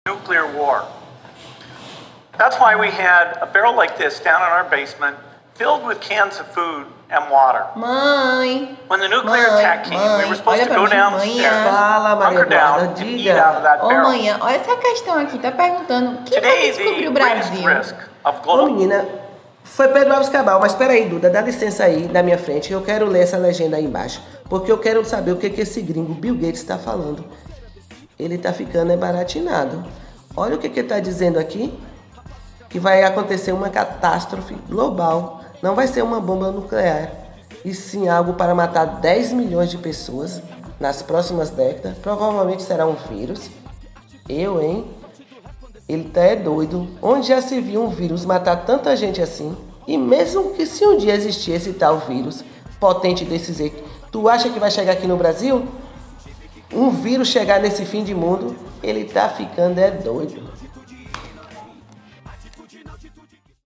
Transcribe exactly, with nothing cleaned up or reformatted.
nuclear war. That's why we had a barrel like this down in our basement, filled with cans of food and water. Mãe, When the nuclear mãe, attack came, we mãe, were supposed olha to pra go mim, downstairs, manhã. Fala, Maria hunker down, Eduarda, and eat diga. out of that Ô, barrel. manhã, olha essa questão aqui, tá perguntando quem vai Today, descobrir the o greatest Brasil? risk of Ô global menina, foi Pedro Alves Cabral, mas peraí, Duda, dá licença aí na minha frente, eu quero ler essa legenda aí embaixo, porque eu quero saber o que, que esse gringo Bill Gates está falando. Ele tá ficando é baratinado. Olha o que, que ele tá dizendo aqui, que vai acontecer uma catástrofe global, não vai ser uma bomba nuclear, e sim algo para matar dez milhões de pessoas nas próximas décadas, provavelmente será um vírus. Eu, hein? Ele tá é doido. Onde já se viu um vírus matar tanta gente assim? E mesmo que se um dia existir esse tal vírus potente desse jeito, tu acha que vai chegar aqui no Brasil? Um vírus chegar nesse fim de mundo? Ele tá ficando é doido.